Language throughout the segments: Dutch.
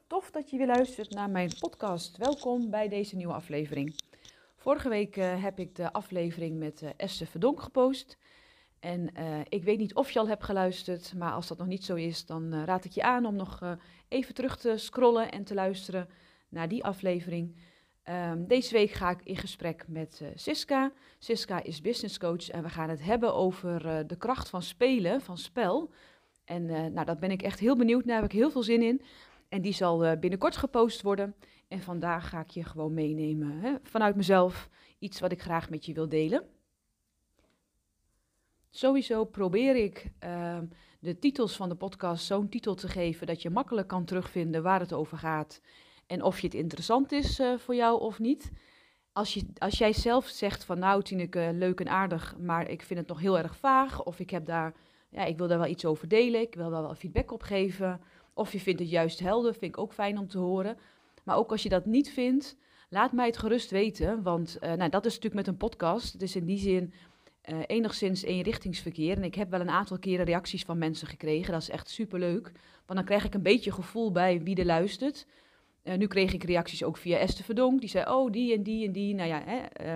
tof dat je weer luistert naar mijn podcast. Welkom bij deze nieuwe aflevering. Vorige week heb ik de aflevering met Esther Verdonk gepost. En ik weet niet of je al hebt geluisterd, maar als dat nog niet zo is, dan raad ik je aan om nog even terug te scrollen en te luisteren naar die aflevering. Deze week ga ik in gesprek met Siska. Siska is business coach en we gaan het hebben over de kracht van spelen, van spel. En nou, daar ben ik echt heel benieuwd naar, daar heb ik heel veel zin in. En die zal binnenkort gepost worden. En vandaag ga ik je gewoon meenemen, hè, vanuit mezelf, iets wat ik graag met je wil delen. Sowieso probeer ik de titels van de podcast zo'n titel te geven dat je makkelijk kan terugvinden waar het over gaat. En of je het interessant is voor jou of niet. Als jij zelf zegt van nou Tineke, leuk en aardig, maar ik vind het nog heel erg vaag. Of ik wil daar wel iets over delen, ik wil daar wel feedback op geven. Of je vindt het juist helder, vind ik ook fijn om te horen. Maar ook als je dat niet vindt, laat mij het gerust weten. Want nou, dat is natuurlijk met een podcast. Het is in die zin enigszins eenrichtingsverkeer. En ik heb wel een aantal keren reacties van mensen gekregen. Dat is echt superleuk. Want dan krijg ik een beetje gevoel bij wie er luistert. Nu kreeg ik reacties ook via Esther Verdonk. Die zei, oh, die en die en die. Nou ja,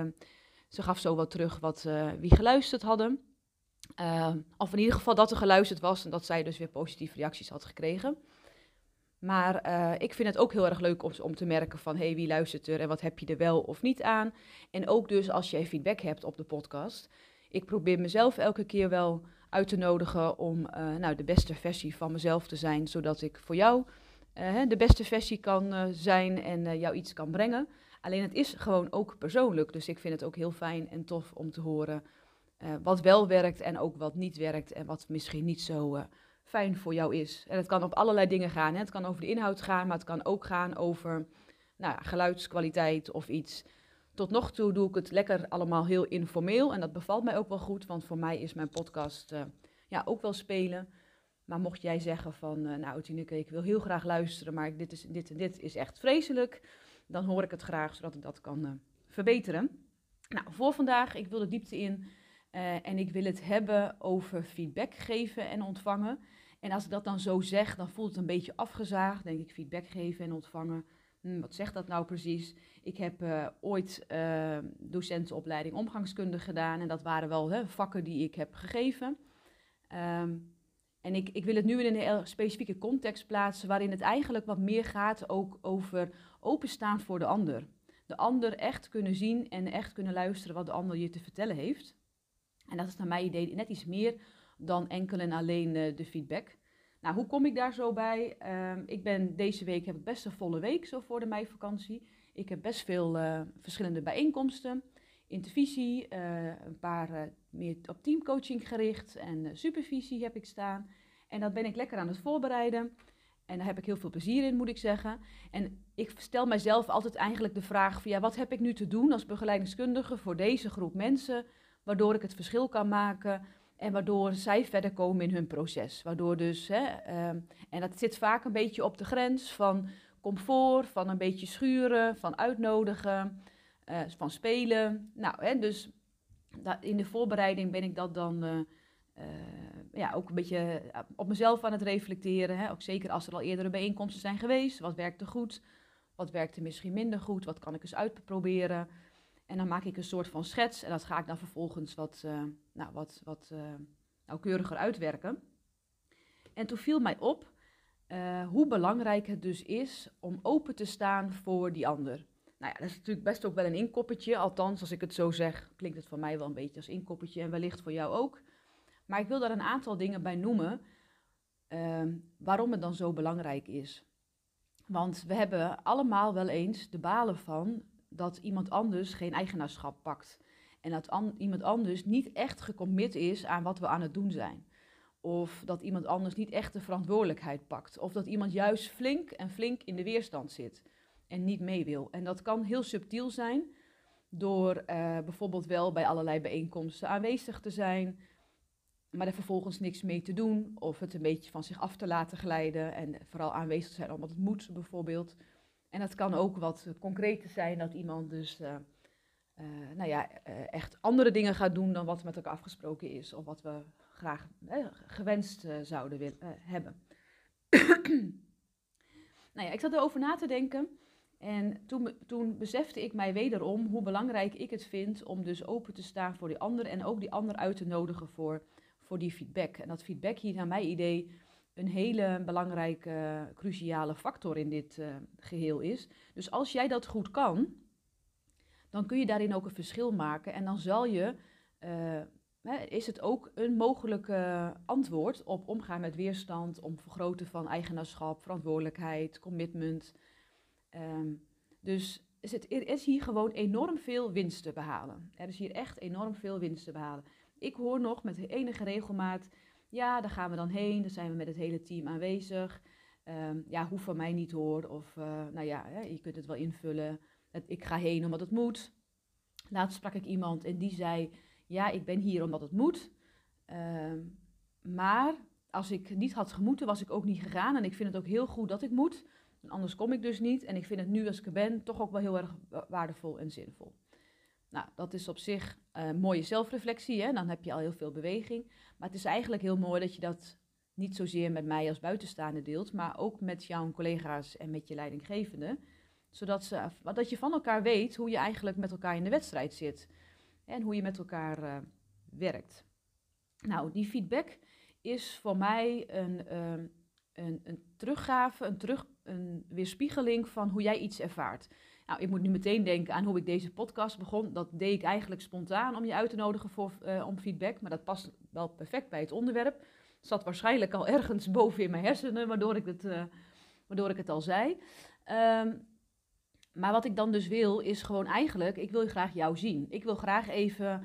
ze gaf zo wat terug wie geluisterd hadden. Of in ieder geval dat er geluisterd was en dat zij dus weer positieve reacties had gekregen. Maar ik vind het ook heel erg leuk om te merken van, hey, wie luistert er en wat heb je er wel of niet aan? En ook dus als jij feedback hebt op de podcast. Ik probeer mezelf elke keer wel uit te nodigen om de beste versie van mezelf te zijn, zodat ik voor jou de beste versie kan zijn en jou iets kan brengen. Alleen het is gewoon ook persoonlijk, dus ik vind het ook heel fijn en tof om te horen wat wel werkt en ook wat niet werkt en wat misschien niet zo fijn voor jou is. En het kan op allerlei dingen gaan. Hè. Het kan over de inhoud gaan, maar het kan ook gaan over geluidskwaliteit of iets. Tot nog toe doe ik het lekker allemaal heel informeel en dat bevalt mij ook wel goed, want voor mij is mijn podcast ook wel spelen. Maar mocht jij zeggen van, nou Tineke, ik wil heel graag luisteren, maar dit is echt vreselijk, dan hoor ik het graag, zodat ik dat kan verbeteren. Nou, voor vandaag, ik wil de diepte in en ik wil het hebben over feedback geven en ontvangen. En als ik dat dan zo zeg, dan voelt het een beetje afgezaagd, denk ik, feedback geven en ontvangen. Wat zegt dat nou precies? Ik heb ooit docentenopleiding omgangskunde gedaan en dat waren wel vakken die ik heb gegeven. En ik wil het nu in een heel specifieke context plaatsen, waarin het eigenlijk wat meer gaat ook over openstaan voor de ander. De ander echt kunnen zien en echt kunnen luisteren wat de ander je te vertellen heeft. En dat is naar mijn idee net iets meer dan enkel en alleen de feedback. Nou, hoe kom ik daar zo bij? Deze week heb ik best een volle week zo voor de meivakantie. Ik heb best veel verschillende bijeenkomsten, intervisie, een paar meer op teamcoaching gericht en supervisie heb ik staan. En dat ben ik lekker aan het voorbereiden. En daar heb ik heel veel plezier in, moet ik zeggen. En ik stel mijzelf altijd eigenlijk de vraag van, wat heb ik nu te doen als begeleidingskundige voor deze groep mensen, waardoor ik het verschil kan maken en waardoor zij verder komen in hun proces. Waardoor dus, en dat zit vaak een beetje op de grens van comfort, van een beetje schuren, van uitnodigen, van spelen. Nou, dus in de voorbereiding ben ik dat dan ook een beetje op mezelf aan het reflecteren. Hè? Ook zeker als er al eerdere bijeenkomsten zijn geweest. Wat werkte goed? Wat werkte misschien minder goed? Wat kan ik eens uitproberen? En dan maak ik een soort van schets en dat ga ik dan vervolgens wat nauwkeuriger uitwerken. En toen viel mij op hoe belangrijk het dus is om open te staan voor die ander. Nou ja, dat is natuurlijk best ook wel een inkoppertje. Althans, als ik het zo zeg, klinkt het voor mij wel een beetje als inkoppertje en wellicht voor jou ook. Maar ik wil daar een aantal dingen bij noemen waarom het dan zo belangrijk is. Want we hebben allemaal wel eens de balen van dat iemand anders geen eigenaarschap pakt. En dat iemand anders niet echt gecommit is aan wat we aan het doen zijn. Of dat iemand anders niet echt de verantwoordelijkheid pakt. Of dat iemand juist flink in de weerstand zit en niet mee wil. En dat kan heel subtiel zijn door bijvoorbeeld wel bij allerlei bijeenkomsten aanwezig te zijn, maar er vervolgens niks mee te doen of het een beetje van zich af te laten glijden en vooral aanwezig te zijn omdat het moet bijvoorbeeld. En dat kan ook wat concreter zijn dat iemand dus echt andere dingen gaat doen dan wat met elkaar afgesproken is of wat we graag gewenst zouden hebben. Nou ja, ik zat erover na te denken. En toen besefte ik mij wederom hoe belangrijk ik het vind om dus open te staan voor die ander en ook die ander uit te nodigen voor die feedback. En dat feedback hier naar mijn idee een hele belangrijke, cruciale factor in dit geheel is. Dus als jij dat goed kan, dan kun je daarin ook een verschil maken en dan zal je, is het ook een mogelijke antwoord op omgaan met weerstand, om vergroten van eigenaarschap, verantwoordelijkheid, commitment. Dus er is hier gewoon enorm veel winst te behalen. Er is hier echt enorm veel winst te behalen. Ik hoor nog met enige regelmaat, ja, daar gaan we dan heen, daar zijn we met het hele team aanwezig. Ja, hoeft van mij niet hoor, of nou ja, je kunt het wel invullen. Ik ga heen omdat het moet. Laatst sprak ik iemand en die zei, ja, ik ben hier omdat het moet. Maar als ik niet had gemoeten, was ik ook niet gegaan. En ik vind het ook heel goed dat ik moet. En anders kom ik dus niet. En ik vind het nu als ik er ben toch ook wel heel erg waardevol en zinvol. Nou, dat is op zich mooie zelfreflectie. Hè? Dan heb je al heel veel beweging. Maar het is eigenlijk heel mooi dat je dat niet zozeer met mij als buitenstaander deelt, maar ook met jouw collega's en met je leidinggevende. Zodat dat je van elkaar weet hoe je eigenlijk met elkaar in de wedstrijd zit. En hoe je met elkaar werkt. Nou, die feedback is voor mij een teruggave, een weerspiegeling van hoe jij iets ervaart. Nou, ik moet nu meteen denken aan hoe ik deze podcast begon. Dat deed ik eigenlijk spontaan om je uit te nodigen om feedback. Maar dat past wel perfect bij het onderwerp. Het zat waarschijnlijk al ergens boven in mijn hersenen, waardoor ik het al zei. Maar wat ik dan dus wil, is gewoon eigenlijk, ik wil graag jou zien. Ik wil graag even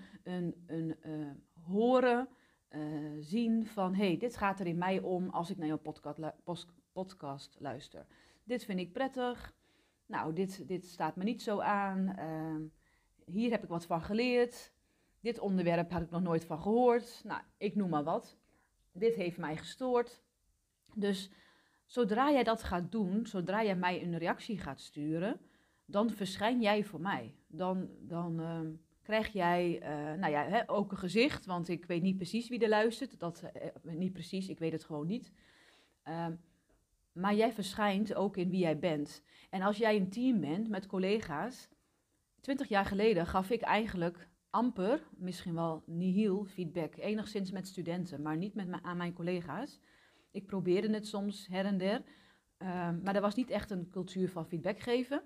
horen, zien van, hey, dit gaat er in mij om als ik naar jouw podcast luister. Dit vind ik prettig. Nou, dit staat me niet zo aan. Hier heb ik wat van geleerd. Dit onderwerp had ik nog nooit van gehoord. Nou, ik noem maar wat. Dit heeft mij gestoord. Dus zodra jij dat gaat doen, zodra jij mij een reactie gaat sturen, dan verschijn jij voor mij. Dan krijg jij ook een gezicht, want ik weet niet precies wie er luistert. Niet precies, ik weet het gewoon niet. Maar jij verschijnt ook in wie jij bent. En als jij een team bent met collega's, 20 jaar geleden gaf ik eigenlijk amper, misschien wel nihil feedback. Enigszins met studenten, maar niet aan mijn collega's. Ik probeerde het soms her en der, maar er was niet echt een cultuur van feedback geven.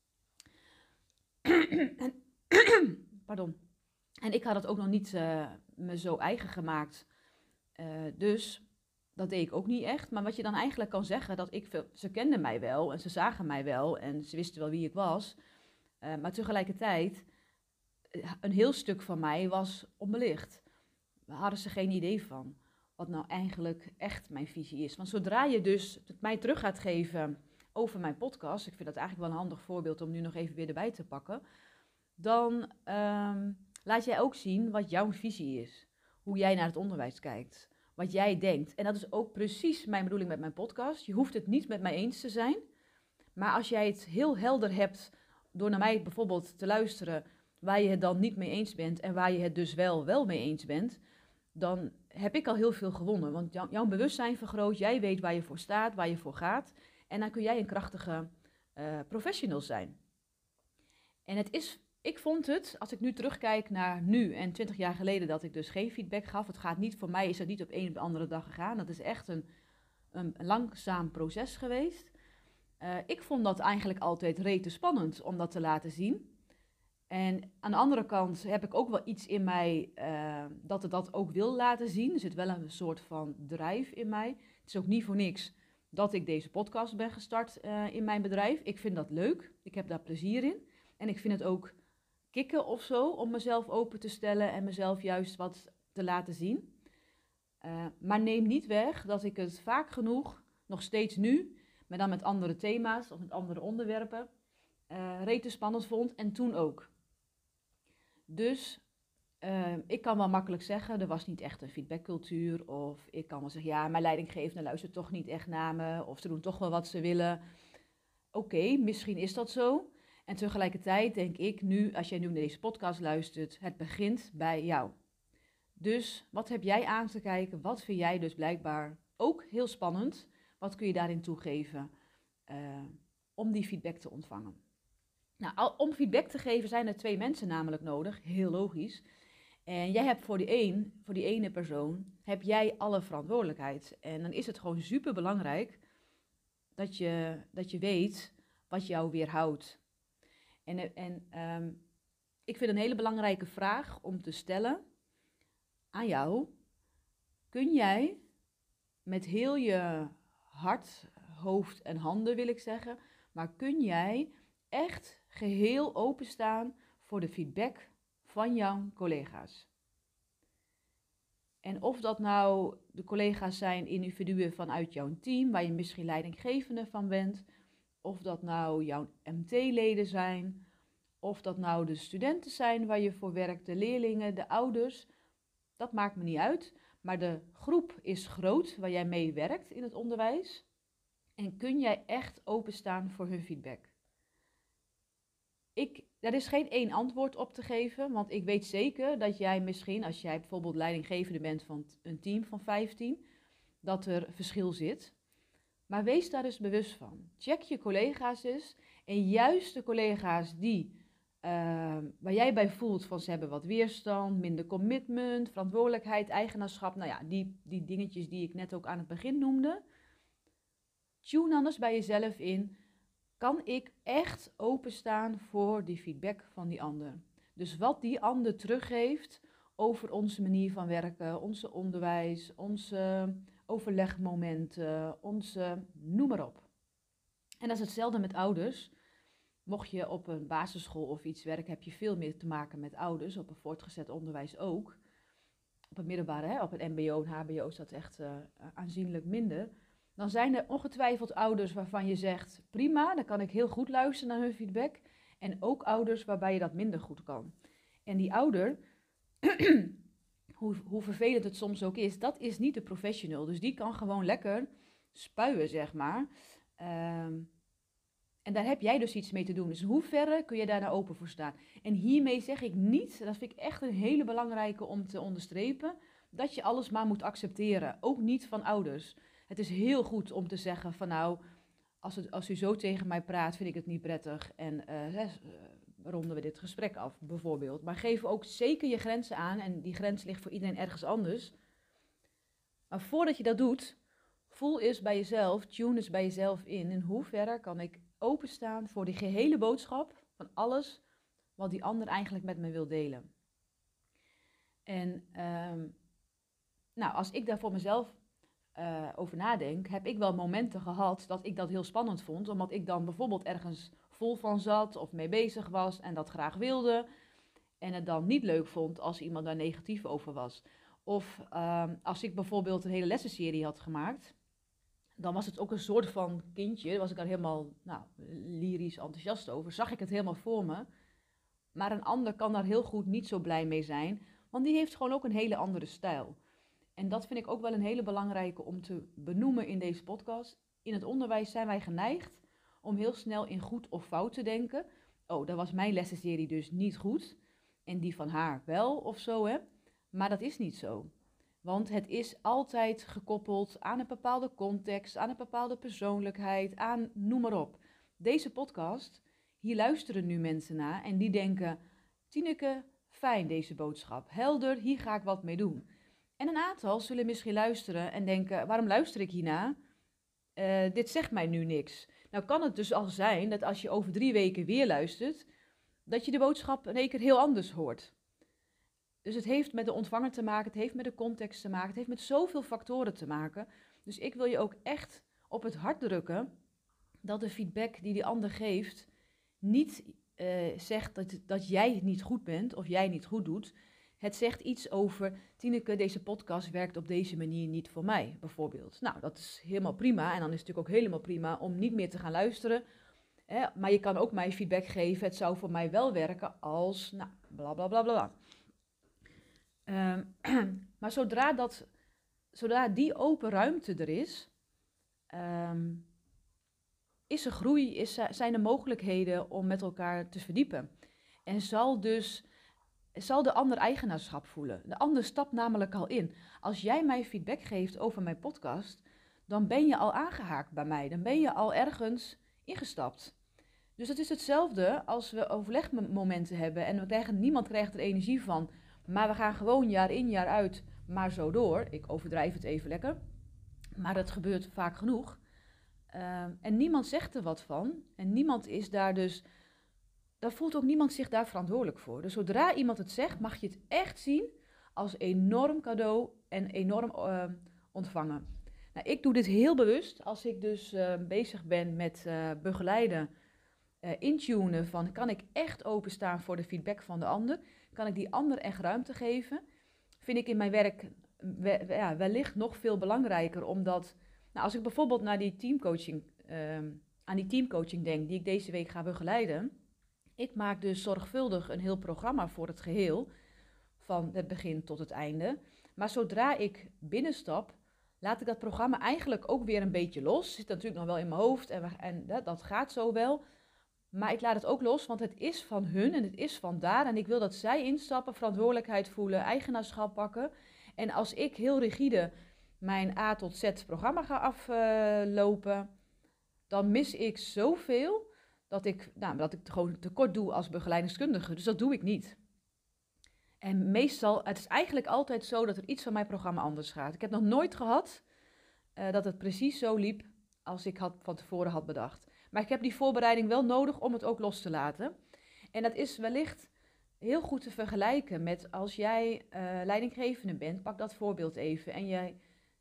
Pardon. En ik had het ook nog niet me zo eigen gemaakt. Dus dat deed ik ook niet echt. Maar wat je dan eigenlijk kan zeggen, ze kenden mij wel en ze zagen mij wel en ze wisten wel wie ik was. Maar tegelijkertijd, een heel stuk van mij was onbelicht. Daar hadden ze geen idee van wat nou eigenlijk echt mijn visie is. Want zodra je dus het mij terug gaat geven over mijn podcast, ik vind dat eigenlijk wel een handig voorbeeld om nu nog even weer erbij te pakken, dan laat jij ook zien wat jouw visie is. Hoe jij naar het onderwijs kijkt. Wat jij denkt. En dat is ook precies mijn bedoeling met mijn podcast. Je hoeft het niet met mij eens te zijn. Maar als jij het heel helder hebt door naar mij bijvoorbeeld te luisteren, waar je het dan niet mee eens bent en waar je het dus wel mee eens bent, dan heb ik al heel veel gewonnen. Want jouw bewustzijn vergroot, jij weet waar je voor staat, waar je voor gaat. En dan kun jij een krachtige professional zijn. En ik vond het, als ik nu terugkijk naar nu en 20 jaar geleden, dat ik dus geen feedback gaf. Het gaat niet, voor mij is het niet op een op de andere dag gegaan. Dat is echt een langzaam proces geweest. Ik vond dat eigenlijk altijd rete spannend om dat te laten zien. En aan de andere kant heb ik ook wel iets in mij dat het dat ook wil laten zien. Er zit wel een soort van drive in mij. Het is ook niet voor niks dat ik deze podcast ben gestart in mijn bedrijf. Ik vind dat leuk. Ik heb daar plezier in. En ik vind het ook kicken of zo om mezelf open te stellen en mezelf juist wat te laten zien. Maar neem niet weg dat ik het vaak genoeg, nog steeds nu, maar dan met andere thema's of met andere onderwerpen, rete spannend vond en toen ook. Dus ik kan wel makkelijk zeggen, er was niet echt een feedbackcultuur. Of ik kan wel zeggen, ja, mijn leidinggevende luistert toch niet echt naar me. Of ze doen toch wel wat ze willen. Oké, misschien is dat zo. En tegelijkertijd denk ik nu, als jij nu naar deze podcast luistert, het begint bij jou. Dus wat heb jij aan te kijken? Wat vind jij dus blijkbaar ook heel spannend? Wat kun je daarin toegeven? om die feedback te ontvangen. Nou, om feedback te geven zijn er 2 mensen namelijk nodig, heel logisch. En jij hebt voor die ene persoon, heb jij alle verantwoordelijkheid. En dan is het gewoon super belangrijk dat je weet wat jou weerhoudt. En ik vind een hele belangrijke vraag om te stellen aan jou. Kun jij met heel je hart, hoofd en handen wil ik zeggen, maar kun jij echt geheel openstaan voor de feedback van jouw collega's? En of dat nou de collega's zijn, individuen vanuit jouw team, waar je misschien leidinggevende van bent, of dat nou jouw MT-leden zijn, of dat nou de studenten zijn waar je voor werkt, de leerlingen, de ouders, dat maakt me niet uit. Maar de groep is groot waar jij mee werkt in het onderwijs. En kun jij echt openstaan voor hun feedback? Er is geen één antwoord op te geven, want ik weet zeker dat jij misschien, als jij bijvoorbeeld leidinggevende bent van een team van 15, dat er verschil zit. Maar wees daar dus bewust van. Check je collega's eens en juist de collega's waar jij bij voelt van ze hebben wat weerstand, minder commitment, verantwoordelijkheid, eigenaarschap, nou ja, die dingetjes die ik net ook aan het begin noemde. Tune anders bij jezelf in. Kan ik echt openstaan voor die feedback van die ander? Dus wat die ander teruggeeft over onze manier van werken, onze onderwijs, onze overlegmomenten, noem maar op. En dat is hetzelfde met ouders. Mocht je op een basisschool of iets werken, heb je veel meer te maken met ouders. Op een voortgezet onderwijs ook. Op het middelbare, op het mbo en hbo is dat echt aanzienlijk minder. Dan zijn er ongetwijfeld ouders waarvan je zegt, prima, dan kan ik heel goed luisteren naar hun feedback. En ook ouders waarbij je dat minder goed kan. En die ouder, hoe vervelend het soms ook is, dat is niet de professional. Dus die kan gewoon lekker spuien, zeg maar. En daar heb jij dus iets mee te doen. Dus in hoeverre kun je daar nou open voor staan? En hiermee zeg ik niet, dat vind ik echt een hele belangrijke om te onderstrepen, dat je alles maar moet accepteren. Ook niet van ouders. Het is heel goed om te zeggen van nou, als u zo tegen mij praat, vind ik het niet prettig. En ronden we dit gesprek af, bijvoorbeeld. Maar geef ook zeker je grenzen aan. En die grens ligt voor iedereen ergens anders. Maar voordat je dat doet, voel eens bij jezelf, tune eens bij jezelf in hoeverre kan ik openstaan voor die gehele boodschap van alles wat die ander eigenlijk met me wil delen. En nou, als ik daar voor mezelf over nadenk, heb ik wel momenten gehad dat ik dat heel spannend vond, omdat ik dan bijvoorbeeld ergens vol van zat of mee bezig was en dat graag wilde en het dan niet leuk vond als iemand daar negatief over was. Of als ik bijvoorbeeld een hele lessenserie had gemaakt, dan was het ook een soort van kindje, was ik daar helemaal lyrisch enthousiast over, zag ik het helemaal voor me. Maar een ander kan daar heel goed niet zo blij mee zijn, want die heeft gewoon ook een hele andere stijl. En dat vind ik ook wel een hele belangrijke om te benoemen in deze podcast. In het onderwijs zijn wij geneigd om heel snel in goed of fout te denken. Oh, dat was mijn lessenserie dus niet goed en die van haar wel of zo, hè. Maar dat is niet zo. Want het is altijd gekoppeld aan een bepaalde context, aan een bepaalde persoonlijkheid, aan noem maar op. Deze podcast, hier luisteren nu mensen naar en die denken, Tineke, fijn deze boodschap, helder, hier ga ik wat mee doen. En een aantal zullen misschien luisteren en denken, waarom luister ik hiernaar? Dit zegt mij nu niks. Nou kan het dus al zijn dat als je over 3 weken weer luistert, dat je de boodschap in één keer heel anders hoort. Dus het heeft met de ontvanger te maken, het heeft met de context te maken, het heeft met zoveel factoren te maken. Dus ik wil je ook echt op het hart drukken dat de feedback die ander geeft niet zegt dat jij niet goed bent of jij niet goed doet. Het zegt iets over, Tineke, deze podcast werkt op deze manier niet voor mij, bijvoorbeeld. Nou, dat is helemaal prima en dan is het natuurlijk ook helemaal prima om niet meer te gaan luisteren. Maar je kan ook mij feedback geven, het zou voor mij wel werken als, nou, bla bla bla bla. Maar zodra die open ruimte er is er groei, zijn er mogelijkheden om met elkaar te verdiepen. En zal de ander eigenaarschap voelen. De ander stapt namelijk al in. Als jij mij feedback geeft over mijn podcast, dan ben je al aangehaakt bij mij. Dan ben je al ergens ingestapt. Dus het is hetzelfde als we overlegmomenten hebben en niemand krijgt er energie van. Maar we gaan gewoon jaar in jaar uit maar zo door. Ik overdrijf het even lekker. Maar dat gebeurt vaak genoeg. En niemand zegt er wat van. En niemand is daar dus... Daar voelt ook niemand zich daar verantwoordelijk voor. Dus zodra iemand het zegt, mag je het echt zien als enorm cadeau en enorm ontvangen. Nou, ik doe dit heel bewust als ik dus bezig ben met begeleiden, intunen van kan ik echt openstaan voor de feedback van de ander? Kan ik die ander echt ruimte geven? Vind ik in mijn werk wellicht nog veel belangrijker, omdat als ik bijvoorbeeld naar die teamcoaching, aan die teamcoaching denk die ik deze week ga begeleiden. Ik maak dus zorgvuldig een heel programma voor het geheel, van het begin tot het einde. Maar zodra ik binnenstap, laat ik dat programma eigenlijk ook weer een beetje los. Zit natuurlijk nog wel in mijn hoofd en dat gaat zo wel. Maar ik laat het ook los, want het is van hun en het is van daar. En ik wil dat zij instappen, verantwoordelijkheid voelen, eigenaarschap pakken. En als ik heel rigide mijn A tot Z programma ga aflopen, dan mis ik zoveel dat ik gewoon tekort doe als begeleidingskundige. Dus dat doe ik niet. En meestal, het is eigenlijk altijd zo dat er iets van mijn programma anders gaat. Ik heb nog nooit gehad dat het precies zo liep als ik van tevoren had bedacht. Maar ik heb die voorbereiding wel nodig om het ook los te laten. En dat is wellicht heel goed te vergelijken met als jij leidinggevende bent. Pak dat voorbeeld even. En jij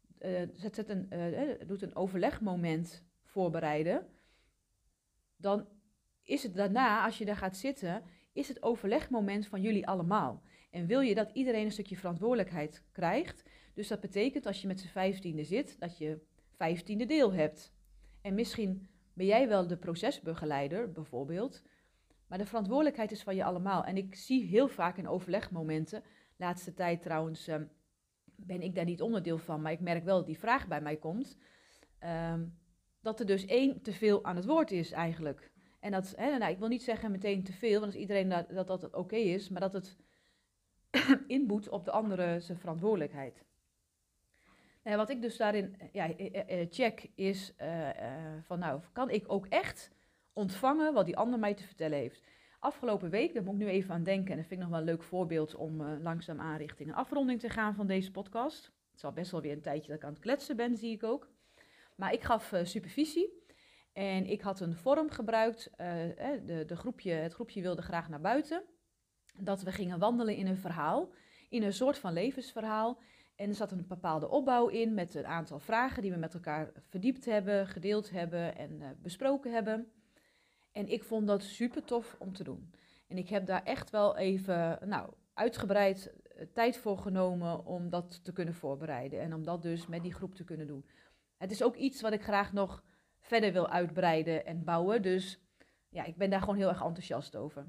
doet een overlegmoment voorbereiden. Dan is het daarna, als je daar gaat zitten, is het overlegmoment van jullie allemaal. En wil je dat iedereen een stukje verantwoordelijkheid krijgt. Dus dat betekent als je met z'n 15e zit, dat je 15e deel hebt. En misschien ben jij wel de procesbegeleider bijvoorbeeld. Maar de verantwoordelijkheid is van je allemaal. En ik zie heel vaak in overlegmomenten, laatste tijd trouwens ben ik daar niet onderdeel van. Maar ik merk wel dat die vraag bij mij komt. Dat er dus één te veel aan het woord is eigenlijk. En dat, ik wil niet zeggen meteen te veel, want als iedereen dat oké is. Maar dat het inboet op de andere zijn verantwoordelijkheid. Wat ik dus daarin check is kan ik ook echt ontvangen wat die ander mij te vertellen heeft. Afgelopen week, daar moet ik nu even aan denken en dat vind ik nog wel een leuk voorbeeld om langzaamaan richting een afronding te gaan van deze podcast. Het is al best wel weer een tijdje dat ik aan het kletsen ben, zie ik ook. Maar ik gaf supervisie en ik had een vorm gebruikt. Het groepje wilde graag naar buiten. Dat we gingen wandelen in een verhaal, in een soort van levensverhaal. En er zat een bepaalde opbouw in met een aantal vragen die we met elkaar verdiept hebben, gedeeld hebben en besproken hebben. En ik vond dat super tof om te doen. En ik heb daar echt wel even uitgebreid tijd voor genomen om dat te kunnen voorbereiden. En om dat dus met die groep te kunnen doen. Het is ook iets wat ik graag nog verder wil uitbreiden en bouwen. Dus ja, ik ben daar gewoon heel erg enthousiast over.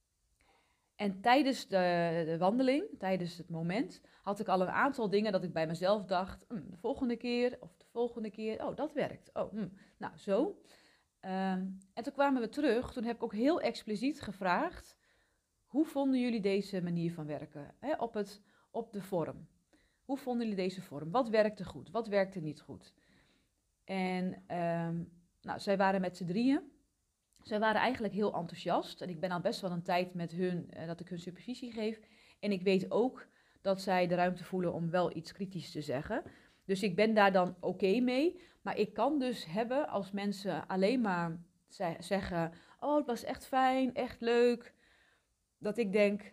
En tijdens de wandeling, tijdens het moment, had ik al een aantal dingen dat ik bij mezelf dacht, de volgende keer, oh, dat werkt. Nou, zo. En toen kwamen we terug, toen heb ik ook heel expliciet gevraagd, hoe vonden jullie deze manier van werken? Op de vorm. Hoe vonden jullie deze vorm? Wat werkte goed? Wat werkte niet goed? En zij waren met z'n drieën. Zij waren eigenlijk heel enthousiast en ik ben al best wel een tijd met hun, dat ik hun supervisie geef. En ik weet ook dat zij de ruimte voelen om wel iets kritisch te zeggen. Dus ik ben daar dan oké mee. Maar ik kan dus hebben als mensen alleen maar zeggen, oh het was echt fijn, echt leuk. Dat ik denk,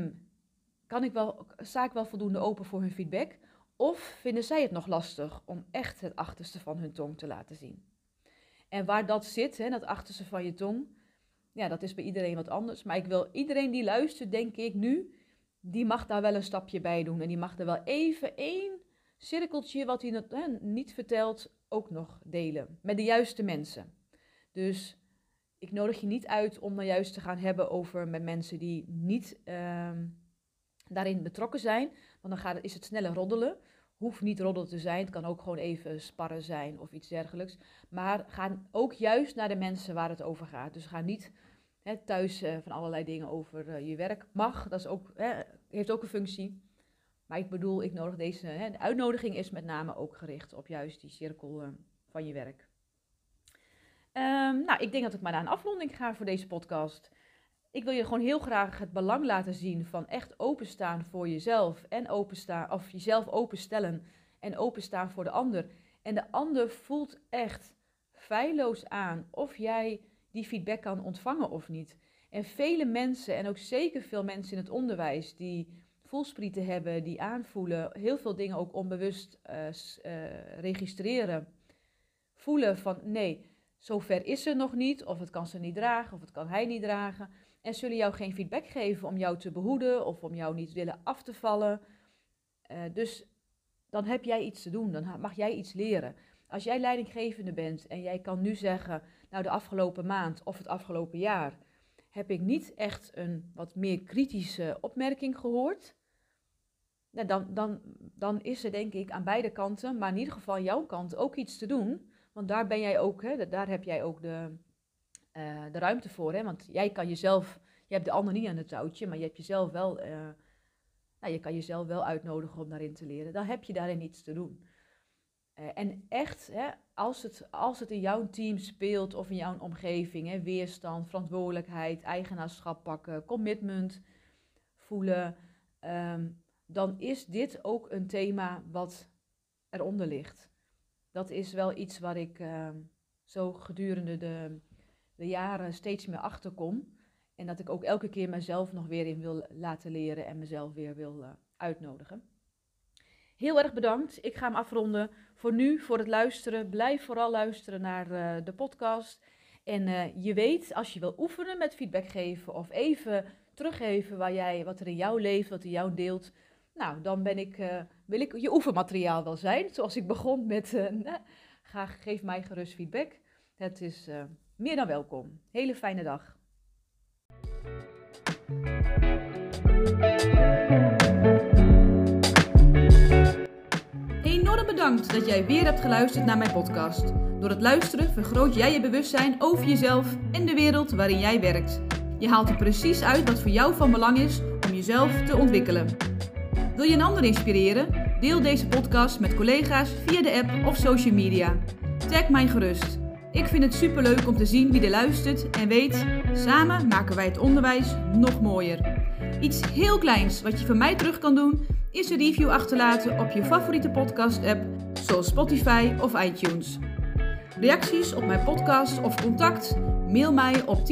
sta ik wel voldoende open voor hun feedback? Of vinden zij het nog lastig om echt het achterste van hun tong te laten zien? En waar dat zit, dat achterste van je tong, ja, dat is bij iedereen wat anders. Maar ik wil iedereen die luistert, denk ik nu, die mag daar wel een stapje bij doen. En die mag er wel even één cirkeltje wat hij niet vertelt, ook nog delen. Met de juiste mensen. Dus ik nodig je niet uit om dan juist te gaan hebben over met mensen die niet daarin betrokken zijn. Want dan is het sneller roddelen. Hoeft niet roddelen te zijn, het kan ook gewoon even sparren zijn of iets dergelijks. Maar ga ook juist naar de mensen waar het over gaat. Dus ga niet thuis van allerlei dingen over je werk. Mag, dat is ook, heeft ook een functie. Maar ik bedoel, de uitnodiging is met name ook gericht op juist die cirkel van je werk. Ik denk dat ik maar naar een afronding ga voor deze podcast. Ik wil je gewoon heel graag het belang laten zien van echt openstaan voor jezelf. En jezelf openstellen en openstaan voor de ander. En de ander voelt echt feilloos aan of jij die feedback kan ontvangen of niet. En vele mensen, en ook zeker veel mensen in het onderwijs, die voelsprieten hebben, die aanvoelen, heel veel dingen ook onbewust registreren. Voelen van nee, zover is ze nog niet, of het kan ze niet dragen, of het kan hij niet dragen. En zullen jou geen feedback geven om jou te behoeden of om jou niet willen af te vallen. Dus dan heb jij iets te doen, dan mag jij iets leren. Als jij leidinggevende bent en jij kan nu zeggen, nou de afgelopen maand of het afgelopen jaar heb ik niet echt een wat meer kritische opmerking gehoord. Nou, dan is er denk ik aan beide kanten, maar in ieder geval jouw kant ook iets te doen. Want daar ben jij ook, daar heb jij ook de ruimte voor. Hè? Want jij kan jezelf, je hebt de ander niet aan het touwtje, maar je hebt jezelf wel, je kan jezelf wel uitnodigen om daarin te leren. Dan heb je daarin iets te doen. En echt, als het in jouw team speelt of in jouw omgeving, weerstand, verantwoordelijkheid, eigenaarschap pakken, commitment voelen, dan is dit ook een thema wat eronder ligt. Dat is wel iets waar ik zo gedurende de jaren steeds meer achterkom. En dat ik ook elke keer mezelf nog weer in wil laten leren en mezelf weer wil uitnodigen. Heel erg bedankt. Ik ga hem afronden. Voor nu, voor het luisteren. Blijf vooral luisteren naar de podcast. En je weet, als je wil oefenen met feedback geven of even teruggeven wat er in jou leeft, wat in jou deelt. Nou, dan wil ik je oefenmateriaal wel zijn. Zoals ik begon met, geef mij gerust feedback. Het is meer dan welkom. Hele fijne dag. Enorm bedankt dat jij weer hebt geluisterd naar mijn podcast. Door het luisteren vergroot jij je bewustzijn over jezelf en de wereld waarin jij werkt. Je haalt er precies uit wat voor jou van belang is om jezelf te ontwikkelen. Wil je een ander inspireren? Deel deze podcast met collega's via de app of social media. Tag mij gerust. Ik vind het superleuk om te zien wie er luistert en weet, samen maken wij het onderwijs nog mooier. Iets heel kleins wat je van mij terug kan doen, is een review achterlaten op je favoriete podcast-app, zoals Spotify of iTunes. Reacties op mijn podcast of contact? Mail mij op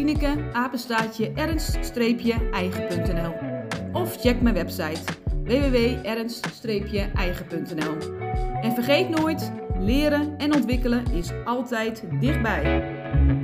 tineke@ernst-eigen.nl of check mijn website www.ernst-eigen.nl. En vergeet nooit, leren en ontwikkelen is altijd dichtbij.